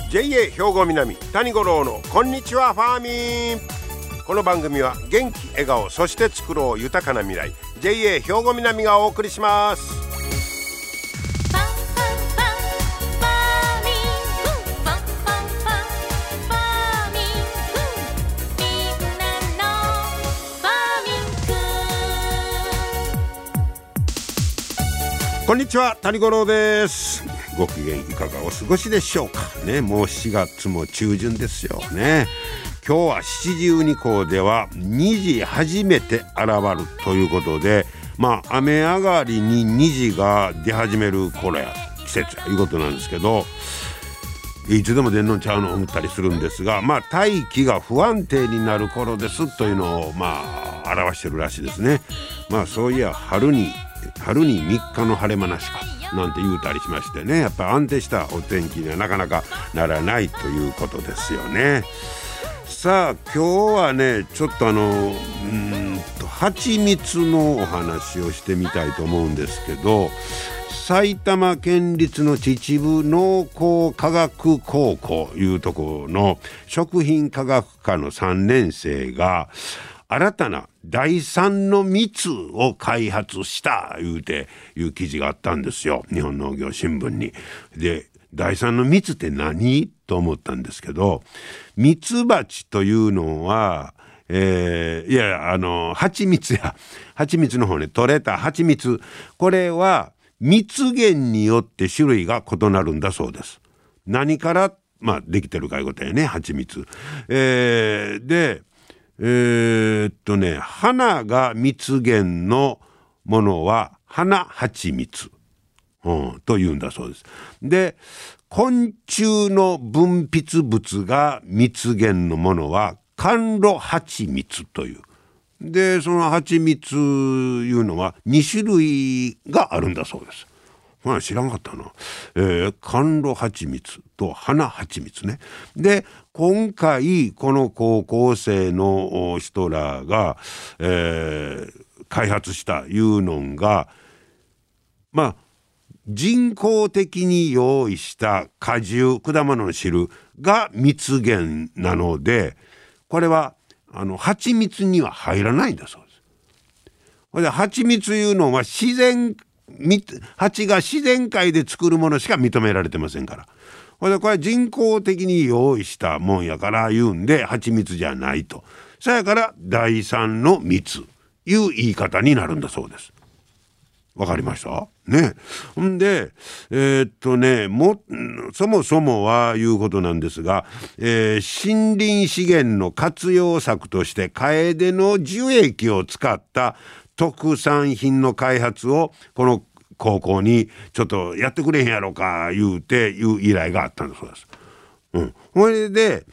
JA 兵庫南谷五郎のこんにちはファーミン。この番組は元気笑顔そして作ろう豊かな未来 JA 兵庫南がお送りします。こんにちは谷五郎です。ご機嫌いかがお過ごしでしょうかね。もう4月も中旬ですよね。今日は七十二候では虹初めて現るということで、雨上がりに虹が出始める頃や季節ということなんですけど、いつでも出んのんちゃうのを思ったりするんですが、大気が不安定になる頃ですというのを表してるらしいですね。そういや春に3日の晴れ間なしかなんて言うたりしましてね、やっぱり安定したお天気にはなかなかならないということですよね。さあ今日はねちょっと蜂蜜のお話をしてみたいと思うんですけど、埼玉県立の秩父農工科学高校いうところの食品科学科の3年生が新たな第三の蜜を開発したいう記事があったんですよ、日本農業新聞に。で、第三の蜜って何と思ったんですけど、蜜蜂というのは蜂蜜の方ね、取れた蜂蜜、これは蜜源によって種類が異なるんだそうです。何からできてるかいうことやね、蜂蜜。で花が蜜源のものは花蜂蜜、というんだそうです。で、昆虫の分泌物が蜜源のものは甘露蜂蜜という。で、その蜂蜜いうのは2種類があるんだそうです。知らんかったな。甘露蜂蜜と花蜂蜜ね。で、今回この高校生の人らが、開発したいうのが人工的に用意した果汁、果物の汁が蜜源なので、これは蜂蜜には入らないんだそうです。これで蜂蜜いうのは蜂が自然界で作るものしか認められてませんから。これ人工的に用意したもんやから言うんで蜂蜜じゃないと。そやから第三の蜜いう言い方になるんだそうです。わかりましたね。んでそもそもはいうことなんですが、森林資源の活用策としてカエデの樹液を使った特産品の開発をこの高校にちょっとやってくれへんやろかいう依頼があったんだそうです。それで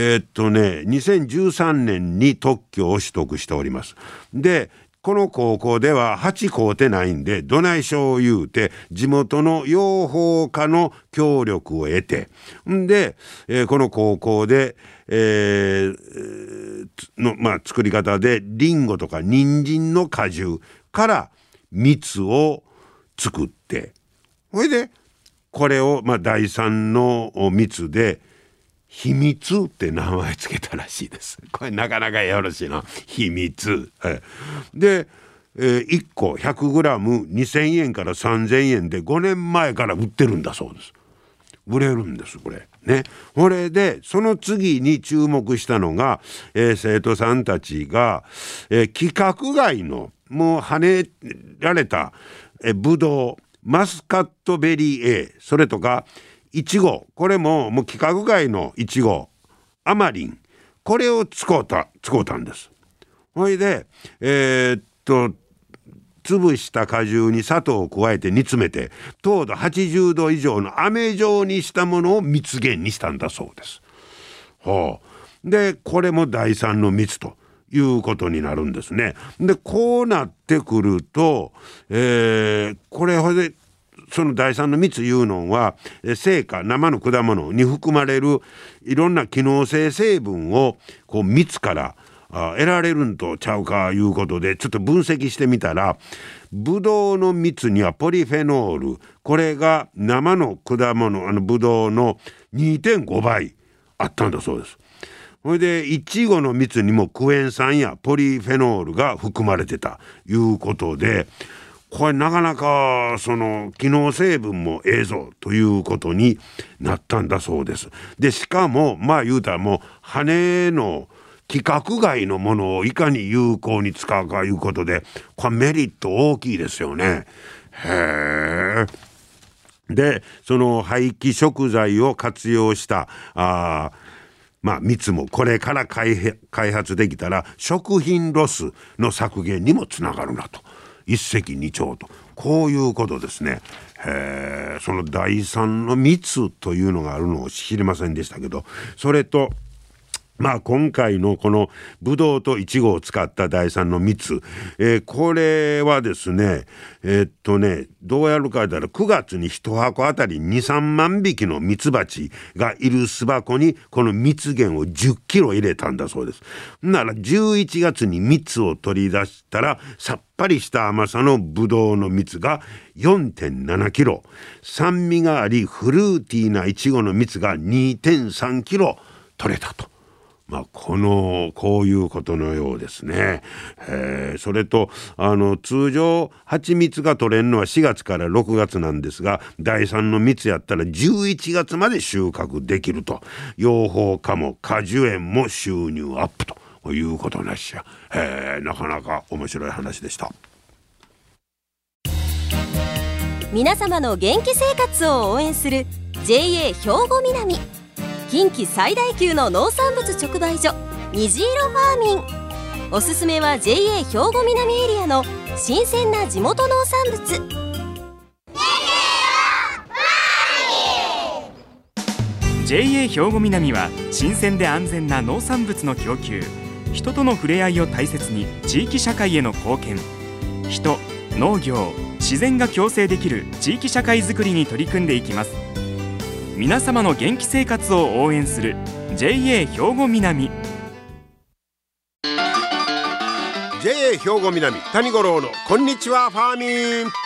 2013年に特許を取得しております。で、この高校では蜂買うてないんでどないしょう言うて地元の養蜂家の協力を得て、で、この高校で、作り方でリンゴとか人参の果汁から蜜を作って、それでこれを第三の蜜で秘密って名前つけたらしいです。これなかなかよろしいな、秘密。で、1個 100g2000 円から3000円で5年前から売ってるんだそうです。売れるんですこれね。これでその次に注目したのが、生徒さんたちが、規格外のもう跳ねられたブドウ、マスカットベリー A、 それとかイチゴ、これも規格外のイチゴ、アマリン、これを使うたんです。それで潰した果汁に砂糖を加えて煮詰めて糖度80度以上の飴状にしたものを蜜源にしたんだそうです。で、これも第三の蜜ということになるんですね。で、こうなってくると、これでその第三の蜜いうのは生花、生の果物に含まれるいろんな機能性成分を蜜から得られるんとちゃうかいうことでちょっと分析してみたら、ブドウの蜜にはポリフェノール、これが生の果物ブドウの 2.5 倍あったんだそうです。それでイチゴの蜜にもクエン酸やポリフェノールが含まれてたいうことで、これなかなかその機能成分もええぞということになったんだそうです。でしかも言うたらもう羽の規格外のものをいかに有効に使うかいうことで、これメリット大きいですよね。へえ。でその廃棄食材を活用した蜜もこれから開発できたら食品ロスの削減にもつながるなと、一石二鳥と、こういうことですね。その第三の蜜というのがあるのを知りませんでしたけど、それと今回のこのブドウとイチゴを使った第三の蜜、これはですねどうやるかだら9月に1箱あたり 2,3 万匹のミツバチがいる巣箱にこの蜜源を10キロ入れたんだそうです。なら11月に蜜を取り出したらさっぱりした甘さのブドウの蜜が 4.7 キロ、酸味がありフルーティーなイチゴの蜜が 2.3 キロ取れたと。こういうことのようですね。それと通常蜂蜜が取れるのは4月から6月なんですが、第三の蜜やったら11月まで収穫できると。養蜂家も果樹園も収入アップということなしや。なかなか面白い話でした。 皆様の元気生活を応援する JA 兵庫南、近畿最大級の農産物直売所虹色ファーミン。おすすめは JA 兵庫南エリアの新鮮な地元農産物。 JA 兵庫南は新鮮で安全な農産物の供給、人との触れ合いを大切に地域社会への貢献、人、農業、自然が共生できる地域社会づくりに取り組んでいきます。皆様の元気生活を応援する JA 兵庫南。 JA 兵庫南谷五郎のこんにちはファーミン。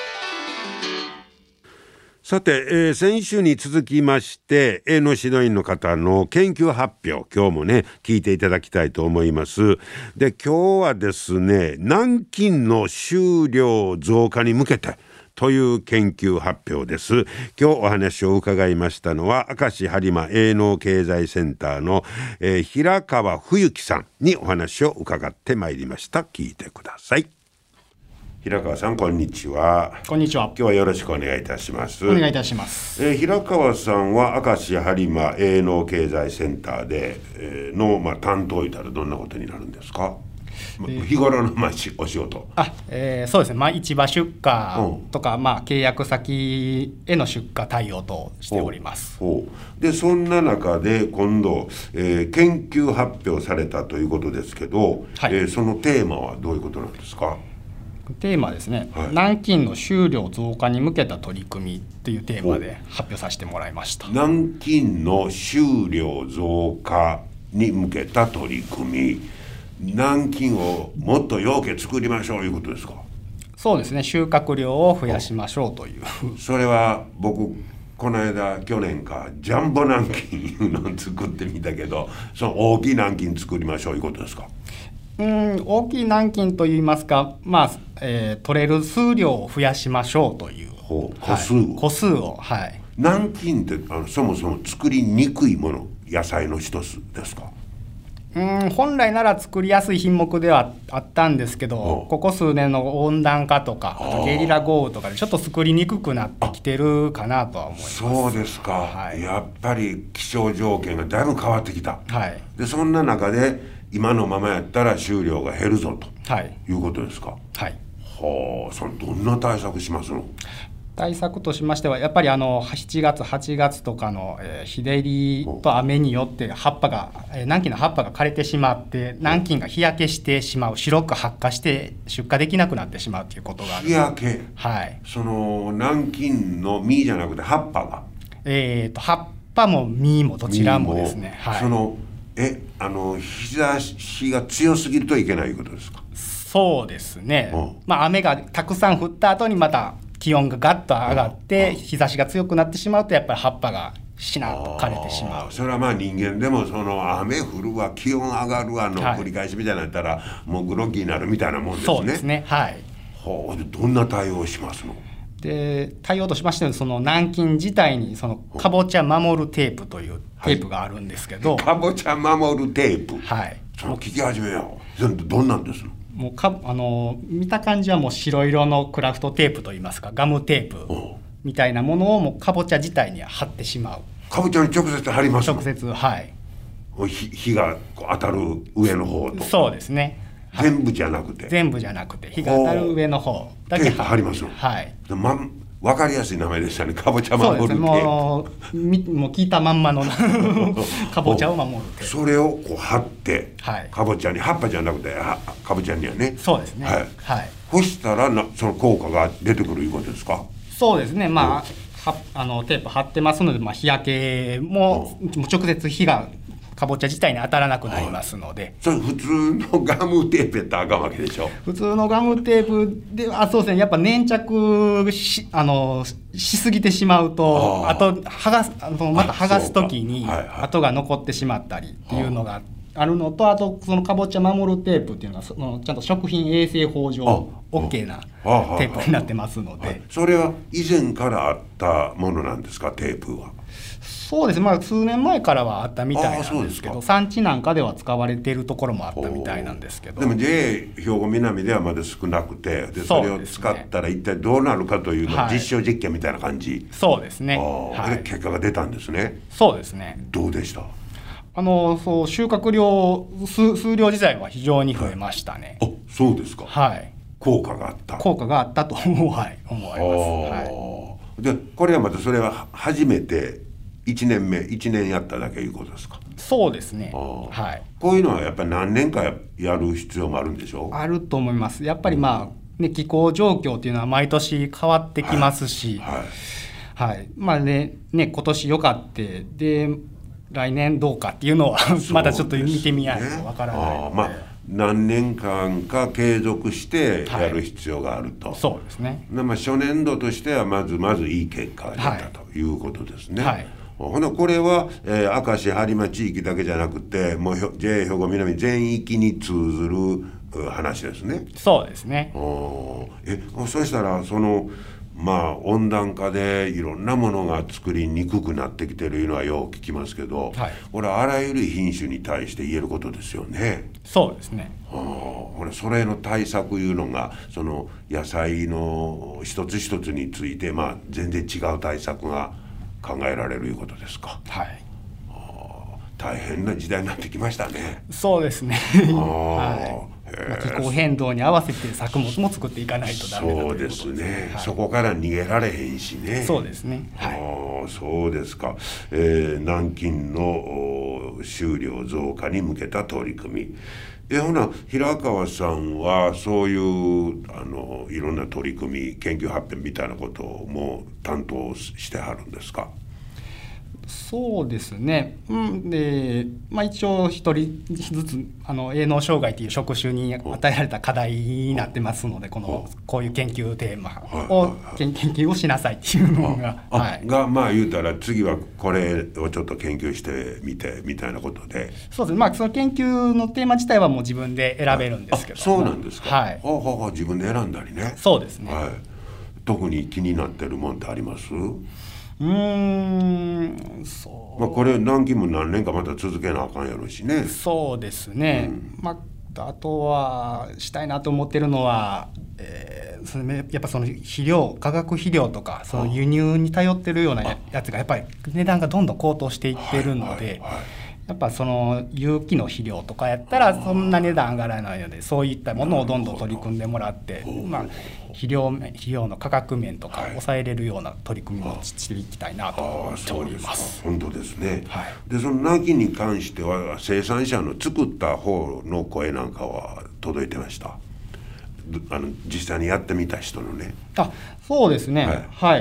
さて、先週に続きまして営農指導員の方の研究発表、今日もね聞いていただきたいと思います。で今日はですね、南京の収量増加に向けてという研究発表です。今日お話を伺いましたのは明石播磨営農経済センターの、平川冬樹さんにお話を伺ってまいりました。聞いてください。平川さん、こんにちは。 こんにちは。 今日はよろしくお願いいたします。 お願いいたします。 平川さんは明石播磨営農経済センターで、の、担当いたらどんなことになるんですか？日頃のお仕事。 そうですね、市場出荷とか、契約先への出荷対応としております。 でそんな中で今度、研究発表されたということですけど、そのテーマはどういうことなんですか？ テーマですね、南京の収量増加に向けた取り組みというテーマで発表させてもらいました。 南京の収量増加に向けた取り組み、南京をもっとようけ作りましょういうことですか？ そうですね、収穫量を増やしましょうという。 それは僕この間去年かジャンボ南京いうのを作ってみたけど、その大きい南京作りましょういうことですか？ 大きい南京といいますか、取れる数量を増やしましょうという個数を、 南京ってそもそも作りにくいもの、野菜の一つですか？ 本来なら作りやすい品目ではあったんですけど、ここ数年の温暖化とかあとゲリラ豪雨とかでちょっと作りにくくなってきてるかなとは思います。 そうですか、やっぱり気象条件がだいぶ変わってきた、でそんな中で今のままやったら収量が減るぞと、いうことですか？それどんな対策しますの？ 対策としましてはやっぱり7月8月とかの日照りと雨によって南京の葉っぱが枯れてしまって南京が日焼けしてしまう、白く発火して出荷できなくなってしまうということがある。 日焼け、その南京の実じゃなくて葉っぱが、 葉っぱも実もどちらもですね、 その日差しが強すぎるといけないいうことですか？ そうですね、雨がたくさん降った後にまた気温がガッと上がって日差しが強くなってしまうとやっぱり葉っぱがしなっと枯れてしまう。 それはまあ人間でもその雨降るわ気温上がるわの繰り返しみたいなのやったらもうグロッキーになるみたいなもんですね。 そうですね、はい。 どんな対応をしますの？ で対応としましてはその南京自体にそのかぼちゃ守るテープというテープがあるんですけど、 かぼちゃ守るテープ、 はい、 その聞き始めよう。どんなんですの？ もう見た感じはもう白色のクラフトテープといいますかガムテープみたいなものをもうかぼちゃ自体に貼ってしまう。 かぼちゃに直接貼りますの？ 直接、はい。 火が当たる上の方と。 そうですね、 全部じゃなくて火が当たる上の方だけ貼りますの？ はい。 分かりやすい名前でしたね。かぼちゃ守るテープ。 もう聞いたまんまのかぼちゃを守るテープ。 それをこう貼って、 はい、 かぼちゃに葉っぱじゃなくてかぼちゃにはね。 そうですね、はいはい、 そしたらその効果が出てくるいうことですか？ そうですね、テープ貼ってますので、日焼けも直接火がかぼちゃ自体に当たらなくなりますので。 それ普通のガムテープやったらあかんわけでしょ？普通のガムテープではそうですね、やっぱ粘着しすぎてしまうとまた剥がす時に跡が残ってしまったりっていうのがあるのと、あとそのかぼちゃ守るテープっていうのはちゃんと食品衛生法上 OK なテープになってますので。 それは以前からあったものなんですか？テープは。 そうですね、数年前からはあったみたいなんですけど、産地なんかでは使われているところもあったみたいなんですけど。 でも JA 兵庫南ではまだ少なくて、それを使ったら一体どうなるかというのを実証実験みたいな感じ。 そうですね、 結果が出たんですね。 そうですね。 どうでした？ そう収穫量数量自体は非常に増えましたね。 そうですか。 はい。 効果があったと思います。 でこれはまたそれは初めて1年やっただけいうことですか？ そうですね、はい。 こういうのはやっぱり何年かやる必要もあるんでしょう？あると思います。やっぱり気候状況というのは毎年変わってきますし、今年良かってで来年どうかっていうのはまだちょっと見てみないとわからないので、 何年間か継続してやる必要があると。 そうですね。 初年度としてはまずいい結果が出たということですね。ほなこれは、明石播磨地域だけじゃなくてもう JA 兵庫南全域に通ずる話ですね。 そうですね。 そしたら温暖化でいろんなものが作りにくくなってきてるのはよく聞きますけど、これはあらゆる品種に対して言えることですよね。 そうですね。 それの対策いうのがその野菜の一つ一つについて全然違う対策が考えられるいうことですか？はい。大変な時代になってきましたね。 そうですね。気候変動に合わせて作物も作っていかないとダメだということです。 そうですね。そこから逃げられへんしね。 そうですね。 そうですか。南京の収量増加に向けた取り組み。ほな平川さんはそういういろんな取り組み研究発表みたいなことをもう担当してはるんですか？ そうですね。で一応一人ずつ営農障害という職種に与えられた課題になってますので、こういう研究テーマを研究をしなさいっていうのが言うたら次はこれをちょっと研究してみてみたいなことで。 そうですね。その研究のテーマ自体はもう自分で選べるんですけど。 そうなんですか。自分で選んだりね。 そうですね。 特に気になってるもんってあります？これ南京も何年かまた続けなあかんやろしね。 そうですね。あとはしたいなと思ってるのは、やっぱその化学肥料とかその輸入に頼ってるようなやつがやっぱり値段がどんどん高騰していってるので、やっぱその有機の肥料とかやったらそんな値段上がらないので、そういったものをどんどん取り組んでもらって、肥料の価格面とかを抑えれるような取り組みをしていきたいなと思っております。 本当ですね。でその南京に関しては生産者の作った方の声なんかは届いてました？実際にやってみた人のね。 そうですね。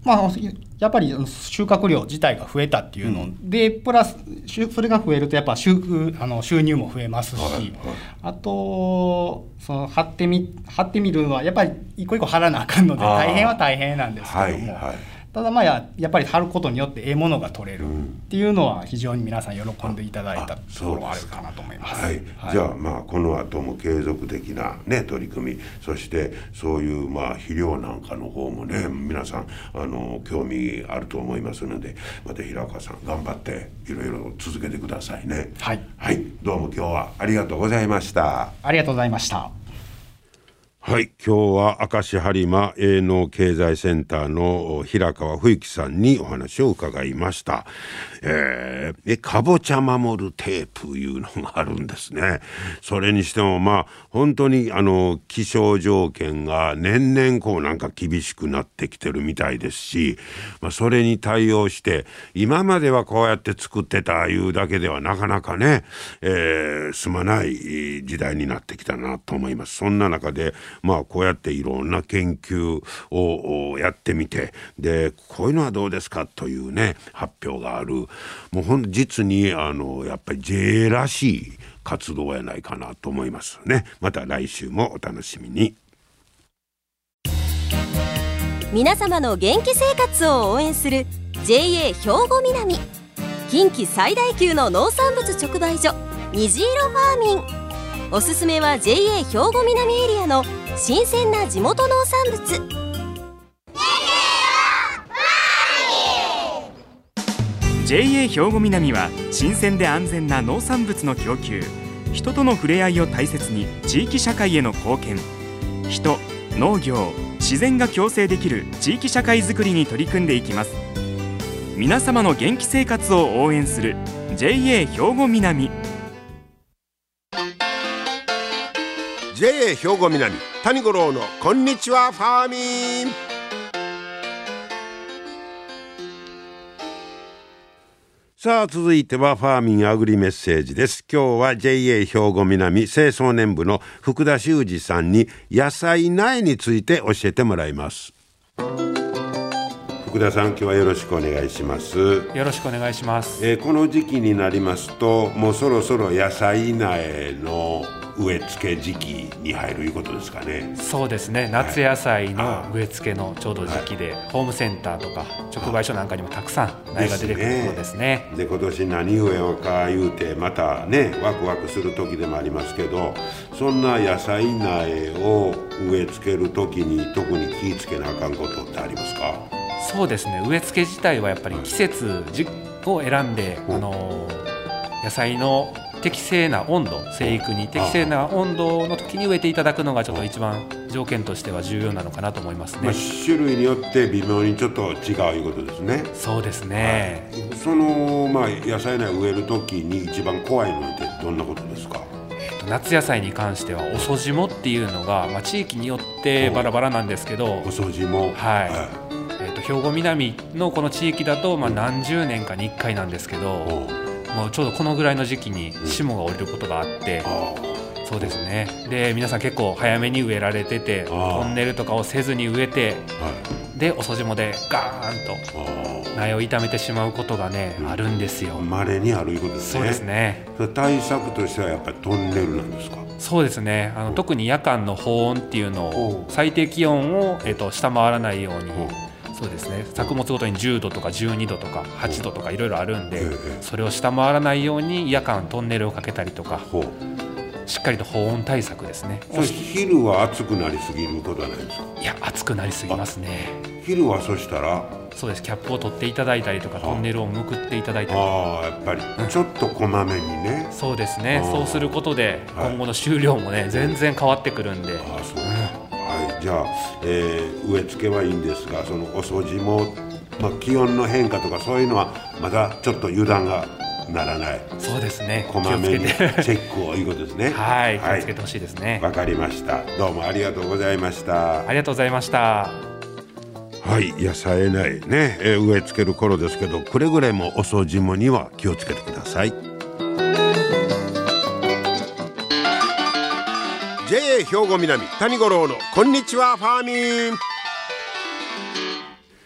やっぱり収穫量自体が増えたっていうので、プラスそれが増えるとやっぱ収入も増えますし、あとその張ってみるのはやっぱり一個一個張らなあかんので大変は大変なんですけども、ただやっぱり貼ることによってものが取れるっていうのは非常に皆さん喜んでいただいたところはあるかなと思います。 じゃあこの後も継続的な取り組み、そしてそういう肥料なんかの方もね皆さん興味あると思いますので、また平岡さん頑張っていろいろ続けてくださいね。はい、どうも今日はありがとうございました。 ありがとうございました。 はい、今日は明石播磨営農経済センターの平川冬樹さんにお話を伺いました。かぼちゃ守るテープいうのがあるんですね。それにしても本当に気象条件が年々なんか厳しくなってきてるみたいですし、それに対応して今まではこうやって作ってたいうだけではなかなかね、済まない時代になってきたなと思います。そんな中でこうやっていろんな研究をやってみて、でこういうのはどうですかというね発表がある、もう実にやっぱり JA らしい活動やないかなと思いますね。また来週もお楽しみに。 皆様の元気生活を応援する JA 兵庫南、近畿最大級の農産物直売所虹色ファーミン。おすすめは JA 兵庫南エリアの新鮮な地元農産物。 JA 兵庫南は新鮮で安全な農産物の供給、人との触れ合いを大切に地域社会への貢献、人、農業、自然が共生できる地域社会づくりに取り組んでいきます。皆様の元気生活を応援する JA 兵庫南。 JA 兵庫南谷五郎のこんにちはファーミン。さあ続いてはファーミンアグリメッセージです。今日は JA 兵庫南青少年部の福田修二さんに野菜苗について教えてもらいます。福田さん、今日はよろしくお願いします。 よろしくお願いします。 この時期になりますともうそろそろ野菜苗の植え付け時期に入るいうことですかね。 そうですね、夏野菜の植え付けのちょうど時期で、ホームセンターとか直売所なんかにもたくさん苗が出てくる頃ですね。 で今年何植えようか言うてまたねワクワクする時でもありますけど、そんな野菜苗を植え付ける時に特に気ぃつけなあかんことってありますか？ そうですね、植え付け自体はやっぱり季節を選んで、野菜の適正な温度、生育に適正な温度の時に植えていただくのがちょっと一番条件としては重要なのかなと思いますね。 種類によって微妙にちょっと違ういうことですね。 そうですね、 その野菜苗植える時に一番怖いのってどんなことですか？ 夏野菜に関しては遅霜っていうのが、地域によってバラバラなんですけど、 遅霜、 兵庫南のこの地域だと、何十年かに1回なんですけど、もうちょうどこのぐらいの時期に霜が降りることがあって、そうですね。で皆さん結構早めに植えられてて、トンネルとかをせずに植えて、で遅霜でガーンと苗を傷めてしまうことがね、あるんですよ。 稀にあるいうことですね。 そうですね。 対策としてはやっぱりトンネルなんですか？ そうですね、特に夜間の保温っていうのを最低気温を、下回らないように、そうですね、作物ごとに10度とか12度とか8度とかいろいろあるんで、それを下回らないように夜間トンネルをかけたりとか、しっかりと保温対策ですね。 昼は暑くなりすぎることはないですか？ いや、暑くなりすぎますね。 昼はそしたらそうです、キャップを取っていただいたりとか、トンネルをむくっていただいたり、 やっぱりちょっとこまめにね。 そうですね、そうすることで今後の収量もね、全然変わってくるんで。 じゃあ、植え付けはいいんですが、その遅霜、気温の変化とかそういうのはまだちょっと油断がならない。 そうですね、 こまめにチェックをいうことですね。 はい、気をつけてほしいですね。 わかりました。どうもありがとうございました。 ありがとうございました。 はい、野菜苗ね、植え付ける頃ですけど、くれぐれも遅霜には気をつけてください。JA 兵庫南谷五郎のこんにちはファーミン。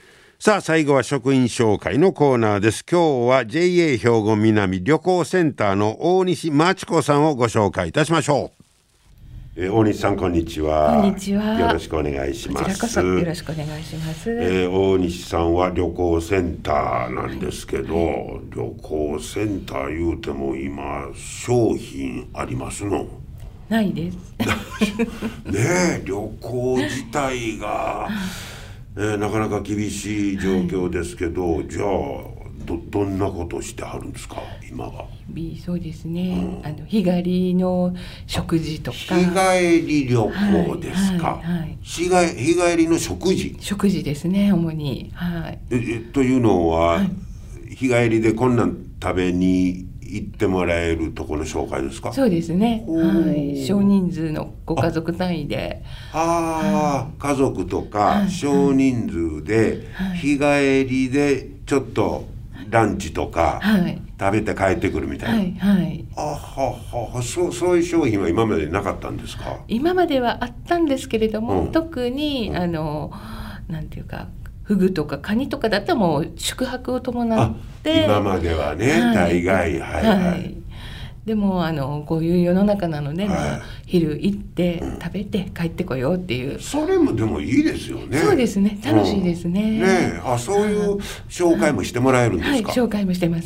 さあ最後は職員紹介のコーナーです。今日は JA 兵庫南旅行センターの大西真知子さんをご紹介いたしましょう。大西さんこんにちは。 こんにちは。 よろしくお願いします。 こちらこそよろしくお願いします。 大西さんは旅行センターなんですけど、旅行センター言うても今商品ありますの？ ないですねえ、旅行自体が、なかなか厳しい状況ですけど、じゃあどんなことしてはるんですか今は？ そうですね、日帰りの食事とか。 日帰り旅行ですか？日帰りの食事ですね、主に。 というのは、日帰りでこんなん食べに行ってもらえるところの紹介ですか？ そうですね、少人数のご家族単位で。 家族とか少人数で日帰りでちょっとランチとか食べて帰ってくるみたいな。そういう商品は今までなかったんですか？ 今まではあったんですけれども、特になんていうかフグとかカニとかだったらもう宿泊を伴って今まではね、大概でもこういう世の中なので、昼行って食べて帰ってこようっていう。 それもでもいいですよね。 そうですね、楽しいですね。 そういう紹介もしてもらえるんですか？ 紹介もしてます。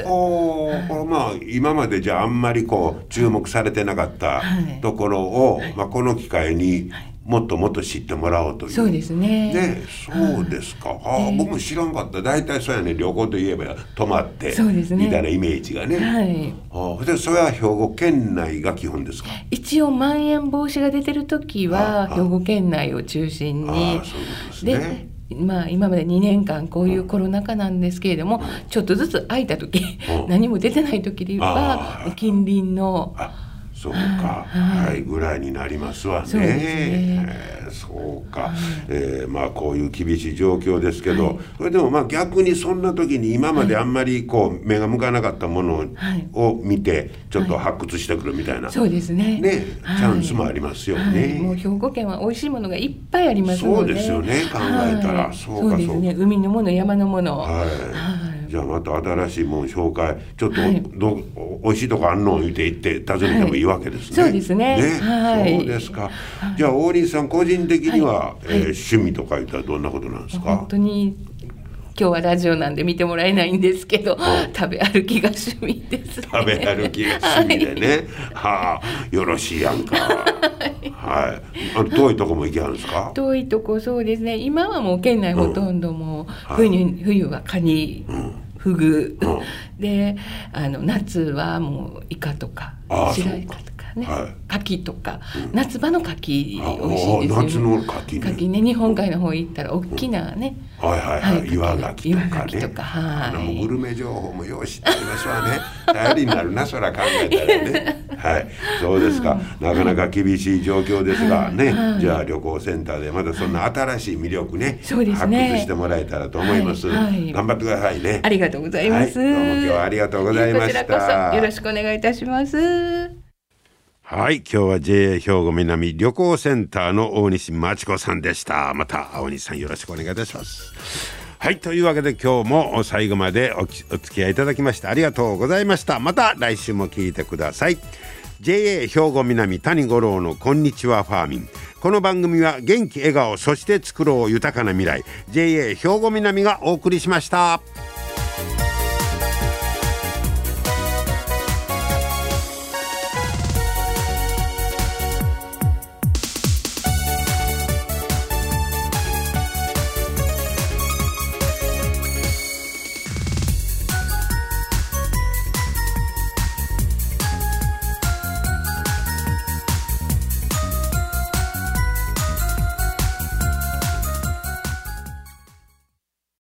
今までじゃあんまり注目されてなかったところを、この機会にもっともっと知ってもらおうという。 そうですね。 そうですか。僕も知らんかった。大体そうやね、旅行といえば泊まってみたいなイメージがね。それは兵庫県内が基本ですか？一応まん延防止が出てる時は兵庫県内を中心に。で今まで2年間こういうコロナ禍なんですけれども、ちょっとずつ空いた時、何も出てない時では近隣の。 そうか、ぐらいになりますわね。そうか、こういう厳しい状況ですけど、それでも逆にそんな時に今まであんまり目が向かなかったものを見てちょっと発掘してくるみたいな、 そうですね、 チャンスもありますよね。 もう兵庫県は美味しいものがいっぱいありますので。 そうですよね、考えたら。 そうですね、海のもの山のもの。 じゃあまた新しいもの紹介、ちょっと美味しいとこあんの言って行って訪ねてもいいわけですね。 そうですね。 そうですか。じゃあ大西さん個人的には趣味とか言ったらどんなことなんですか？ 本当に今日はラジオなんで見てもらえないんですけど、食べ歩きが趣味ですね。 食べ歩きが趣味でね。よろしいやんか。遠いとこも行けはるんですか？ 遠いとこ、そうですね。今はもう県内ほとんども冬はカニ、フグで、夏はもうイカとか白イカとかね、牡蠣とか、夏場の牡蠣美味しいですよね。 夏の牡蠣ね。 日本海の方行ったら大きなね、 岩牡蠣とかね。グルメ情報もよう知ってありますわね。頼りになるな、そら考えたらね。そうですか。なかなか厳しい状況ですがね。じゃあ旅行センターでまたそんな新しい魅力ね、発掘してもらえたらと思います。頑張ってくださいね。 ありがとうございます。 どうも今日はありがとうございました。 こちらこそよろしくお願いいたします。 今日は JA 兵庫南旅行センターの大西真知子さんでした。また大西さんよろしくお願いいたします。というわけで今日も最後までお付き合いいただきましてありがとうございました。また来週も聞いてください。 JA 兵庫南谷五郎のこんにちはファーミン。この番組は元気笑顔そして作ろう豊かな未来 JA 兵庫南がお送りしました。